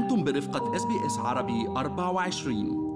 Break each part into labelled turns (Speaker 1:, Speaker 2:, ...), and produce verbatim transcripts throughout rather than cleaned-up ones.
Speaker 1: أنتم برفقة إس بي إس عربي أربعة وعشرين.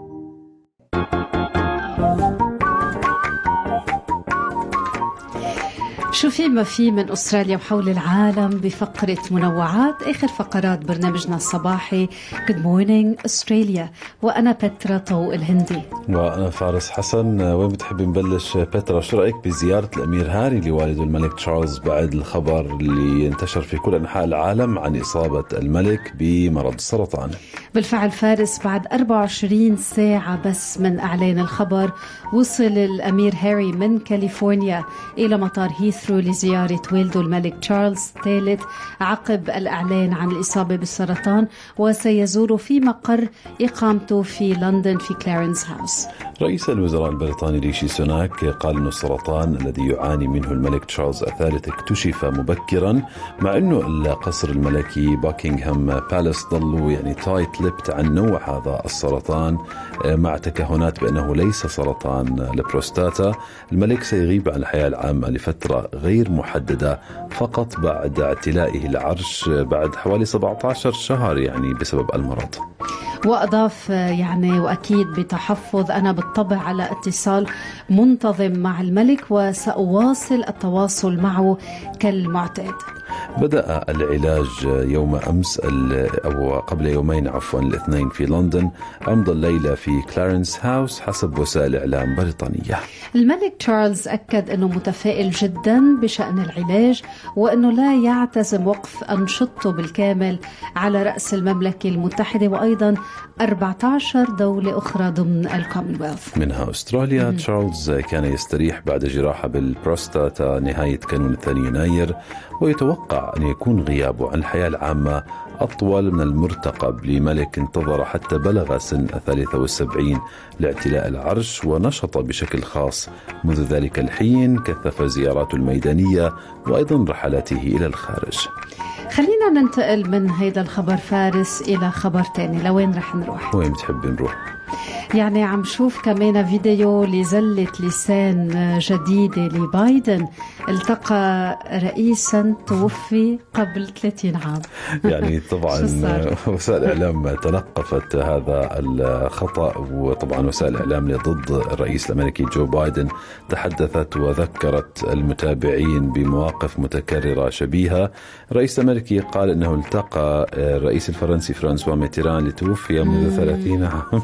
Speaker 2: شو في ما في من أستراليا وحول العالم بفقرة منوعات آخر فقرات برنامجنا الصباحي Good Morning Australia. وأنا بترا طوق الهندي
Speaker 3: وأنا فارس حسن. وين بتحب نبلش بترا؟ شو رأيك بزيارة الأمير هاري لوالده الملك تشارلز بعد الخبر اللي انتشر في كل أنحاء العالم عن إصابة الملك بمرض السرطان؟
Speaker 2: بالفعل فارس، بعد أربعة وعشرين ساعة بس من إعلان الخبر وصل الأمير هاري من كاليفورنيا إلى مطار هيثرو لزيارة والده الملك تشارلز الثالث عقب الإعلان عن الإصابة بالسرطان، وسيزور في مقر إقامته في لندن في كلارنس هاوس.
Speaker 3: رئيس الوزراء البريطاني ريشي سوناك قال أن السرطان الذي يعاني منه الملك تشارلز الثالث اكتشف مبكرا، مع أنه القصر الملكي باكنغهام بالاس ظلوا يعني تايت ليبت عن نوع هذا السرطان، مع تكهنات بأنه ليس سرطان البروستاتا. الملك سيغيب عن الحياة العامة لفترة غير محددة فقط بعد اعتلائه العرش بعد حوالي سبعة عشر شهر يعني بسبب المرض.
Speaker 2: وأضاف يعني وأكيد بتحفظ: أنا بالطبع على اتصال منتظم مع الملك وسأواصل التواصل معه كالمعتاد.
Speaker 3: بدأ العلاج يوم أمس أو قبل يومين عفوا الاثنين في لندن، أمضى الليلة في كلارنس هاوس حسب وسائل إعلام بريطانية.
Speaker 2: الملك تشارلز أكد أنه متفائل جدا بشأن العلاج، وأنه لا يعتزم وقف أنشطته بالكامل على رأس المملكة المتحدة وأيضا أربعة عشر دولة أخرى ضمن الكومنولث
Speaker 3: منها أستراليا. م- تشارلز كان يستريح بعد جراحة بالبروستاتا نهاية كانون الثاني يناير، ويتوقع أن يكون غيابه عن الحياة العامة أطول من المرتقب لملك انتظر حتى بلغ سن الثالثة والسبعين لاعتلاء العرش، ونشط بشكل خاص منذ ذلك الحين، كثف زياراته الميدانية وأيضا رحلاته إلى الخارج.
Speaker 2: خلينا ننتقل من هذا الخبر فارس إلى خبر تاني. لوين رح نروح؟
Speaker 3: وين بتحب نروح؟
Speaker 2: يعني عم شوف كمان فيديو لزلة لسان جديدة لبايدن، التقى رئيسا توفي قبل ثلاثين عام.
Speaker 3: يعني طبعا وسائل الإعلام تلقفت هذا الخطأ، وطبعا وسائل الإعلام ضد الرئيس الأمريكي جو بايدن تحدثت وذكرت المتابعين بمواقف متكررة شبيهة. الرئيس الأمريكي قال أنه التقى الرئيس الفرنسي فرانسوا ميتيران اللي توفي منذ ثلاثين عام.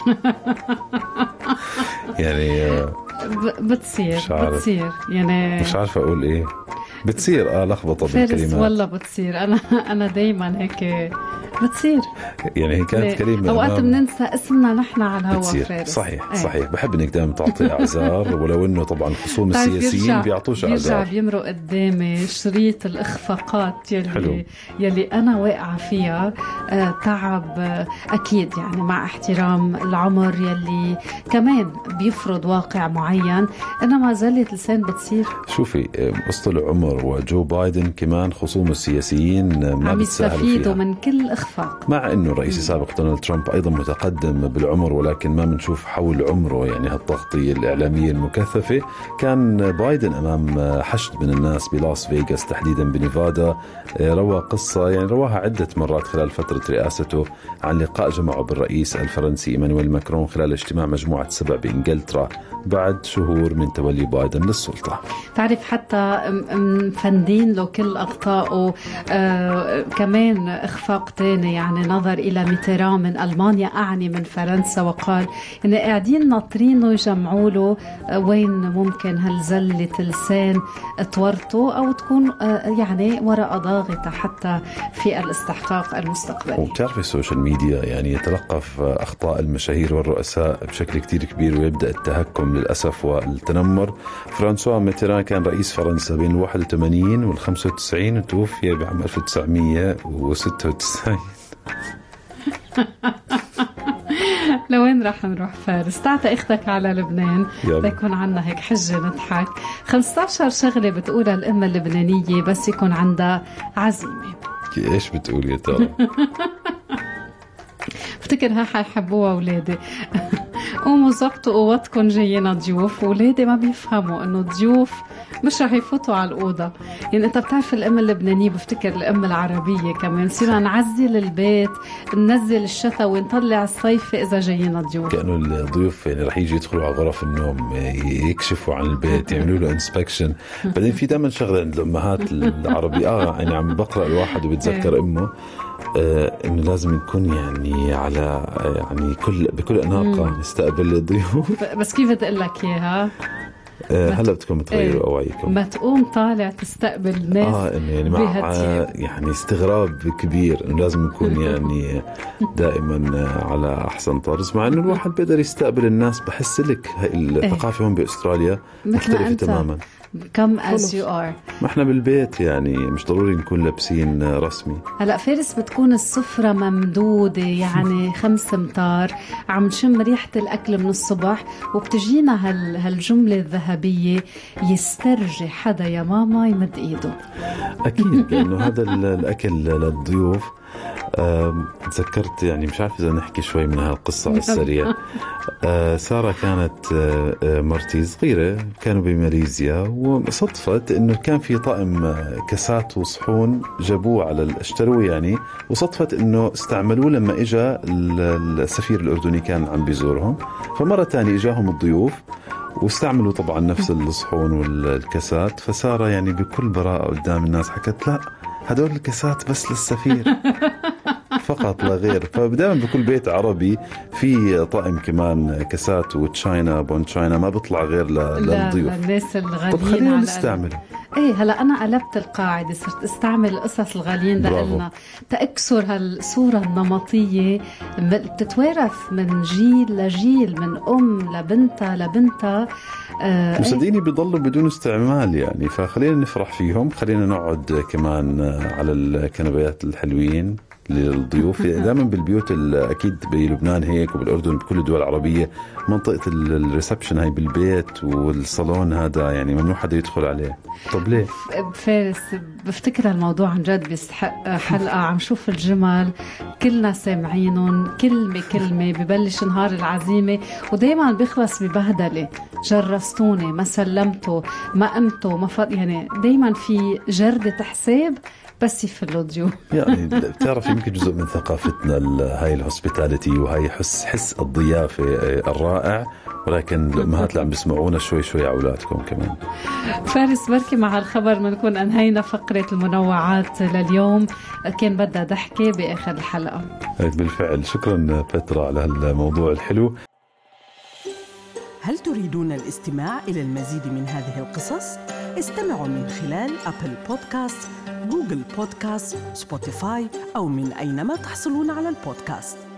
Speaker 2: يعني بتصير بتصير يعني
Speaker 3: مش عارفة أقول إيه، بتصير آه لخبطة بالكلمات.
Speaker 2: والله بتصير. أنا أنا دايما هيك بتصير،
Speaker 3: يعني هي كانت كلمة
Speaker 2: أوقات بننسى اسمنا نحن على الهواء.
Speaker 3: صحيح أي. صحيح. بحب إنك دائما تعطي أعذار، ولو إنه طبعا الخصوم السياسيين بيعطوش أعذار.
Speaker 2: بيرجع بيمرق قدامي شريط الإخفاقات يلي حلو. يلي أنا واقعة فيها. آه تعب آه أكيد، يعني مع احترام العمر يلي كمان بيفرض واقع معين، إنما زلة لسان بتصير.
Speaker 3: شوفي قصة العمر وجو بايدن كمان خصوم السياسيين ما بتساهلوا فيها
Speaker 2: من كل إخفاق،
Speaker 3: مع إنه الرئيس السابق دونالد ترامب أيضا متقدم بالعمر، ولكن ما بنشوف حول عمره يعني هالتغطية الإعلامية المكثفة. كان بايدن أمام حشد من الناس بلاس فيغاس تحديدا بنيفادا، روى قصة يعني رواها عدة مرات خلال فترة رئاسته عن لقاء جمعه بالرئيس الفرنسي إيمانويل ماكرون خلال اجتماع مجموعة سبع بإنجلترا بعد شهور من تولي بايدن للسلطة.
Speaker 2: تعرف حتى مفندين له كل أخطائه. آه كمان إخفاق تاني، يعني نظر إلى ميتيران من ألمانيا أعني من فرنسا، وقال إن قاعدين ناطرينه يجمعوا له آه وين ممكن هالزلة لسان تورطه أو تكون آه يعني ورقة ضاغطة حتى في الاستحقاق المستقبلي.
Speaker 3: وبتعرف السوشيال ميديا يعني يتلقف أخطاء المشاهير والرؤساء بشكل كتير كبير، ويبدأ التهكم للأسف والتنمر. فرانسوا ميتيران كان رئيس فرنسا بين الواحد وثمانين والخمسة وتسعين وتوفي بعام ألف وتسعمية وستة وتسعين.
Speaker 2: لوين راح نروح فارس؟ تعطي اختك على لبنان ليكون عنا هيك حجة نضحك. خمسة عشر شغلة بتقولها الأمة اللبنانية بس يكون عندها عزيمة.
Speaker 3: ايش بتقول يا ترى؟
Speaker 2: بفتكرها حيحبوها أولادي. قوموا زبطوا قوتكم جايين ضيوف. أولادي ما بيفهموا إنه ضيوف مش رح يفوتوا على الأوضة. يعني أنت بتعرف الأم اللبنانية، بفتكر الأم العربية كمان، صيرنا نعزل البيت، ننزل الشتوي، نطلع الصيفي إذا جايين ضيوف.
Speaker 3: كأنه الضيوف يعني رح يجي يدخلوا على غرف النوم، يكشفوا عن البيت، يعملوا له انسبكشن. بعدين في دائما شغلة عند الأمهات العربية، آه يعني عم بقرأ الواحد وبتذكر أمه آه إنه لازم يكون يعني على يعني كل بكل أناقة نستقبل الضيوف.
Speaker 2: بس كيف بدي أقول لك إياها؟
Speaker 3: آه هلا بدكم تغيروا ايه أوعيكم،
Speaker 2: ما تقوم طالع تستقبل الناس
Speaker 3: اه إنه يعني مع يعني استغراب كبير إنه لازم يكون يعني دائما على أحسن طرز، مع إنه الواحد بيقدر يستقبل الناس. بحس لك هاي الثقافة هون بأستراليا مختلفة تماما.
Speaker 2: come as you are.
Speaker 3: ما احنا بالبيت يعني مش ضروري نكون لابسين رسمي.
Speaker 2: هلا فارس بتكون السفرة ممدودة يعني خمس امتار، عم نشم ريحة الأكل من الصبح، وبتجينا هال هالجملة الذهبية: يسترجي حدا يا ماما يمد إيده.
Speaker 3: أكيد، لأنه هذا الأكل للضيوف. تذكرت يعني مش عارف إذا نحكي شوي من هالقصة على السريع. أه سارة كانت أه مرتي صغيرة، كانوا بماليزيا، وصدفت إنه كان في طقم كاسات وصحون جابوه على اشتروه يعني، وصدفت إنه استعملوه لما إجا السفير الأردني كان عم بيزورهم، فمرة تانية إجاهم الضيوف واستعملوا طبعا نفس الصحون والكاسات. فسارة يعني بكل براءة قدام الناس حكت لا، هدول الكاسات بس للسفير فقط لا غير. فدائما بكل بيت عربي في طقم كمان كاسات وتشاينا بون تشاينا ما بيطلع غير للضيوف،
Speaker 2: للناس الغاليين.
Speaker 3: طب خلينا نستعمل.
Speaker 2: ايه هلا انا قلبت القاعده، صرت استعمل القصص الغاليين لنا تاكسر هالصوره النمطيه بتتوارث من جيل لجيل، من ام لبنتها لبنتها. آه
Speaker 3: وصدقيني بيضلوا بدون استعمال يعني، فخلينا نفرح فيهم. خلينا نقعد كمان على الكنبيات الحلوين للضيوف. دائما بالبيوت اكيد بلبنان هيك، وبالاردن بكل الدول العربيه منطقه الريسبشن هاي بالبيت، والصالون هذا يعني ممنوع حدا يدخل عليه. طب ليه؟
Speaker 2: فارس بفتكر الموضوع عن جد بيستحق حلقه. عم شوف الجمل كلنا سامعينهم كلمه كلمه، ببلش نهار العزيمه ودائما بيخلص ببهدله: جرستوني، ما سلمتوا، ما قمتوا، ما فض... يعني دائما في جرده حساب بس يفلوا ضيوف. يعني
Speaker 3: بتعرف يمكن جزء من ثقافتنا هاي الهوسبيتاليتي، وهي حس حس الضيافة الرائع، ولكن الأمهات اللي عم بيسمعونا شوي شوي على أولادكم كمان.
Speaker 2: فارس بركي مع الخبر بنكون أنهينا فقرة المنوعات لليوم. كان بدها ضحكة بآخر الحلقة.
Speaker 3: بالفعل، شكرا بترا على هالموضوع الحلو.
Speaker 4: هل تريدون الاستماع إلى المزيد من هذه القصص؟ استمعوا من خلال أبل بودكاست، جوجل بودكاست، سبوتيفاي، أو من أينما تحصلون على البودكاست.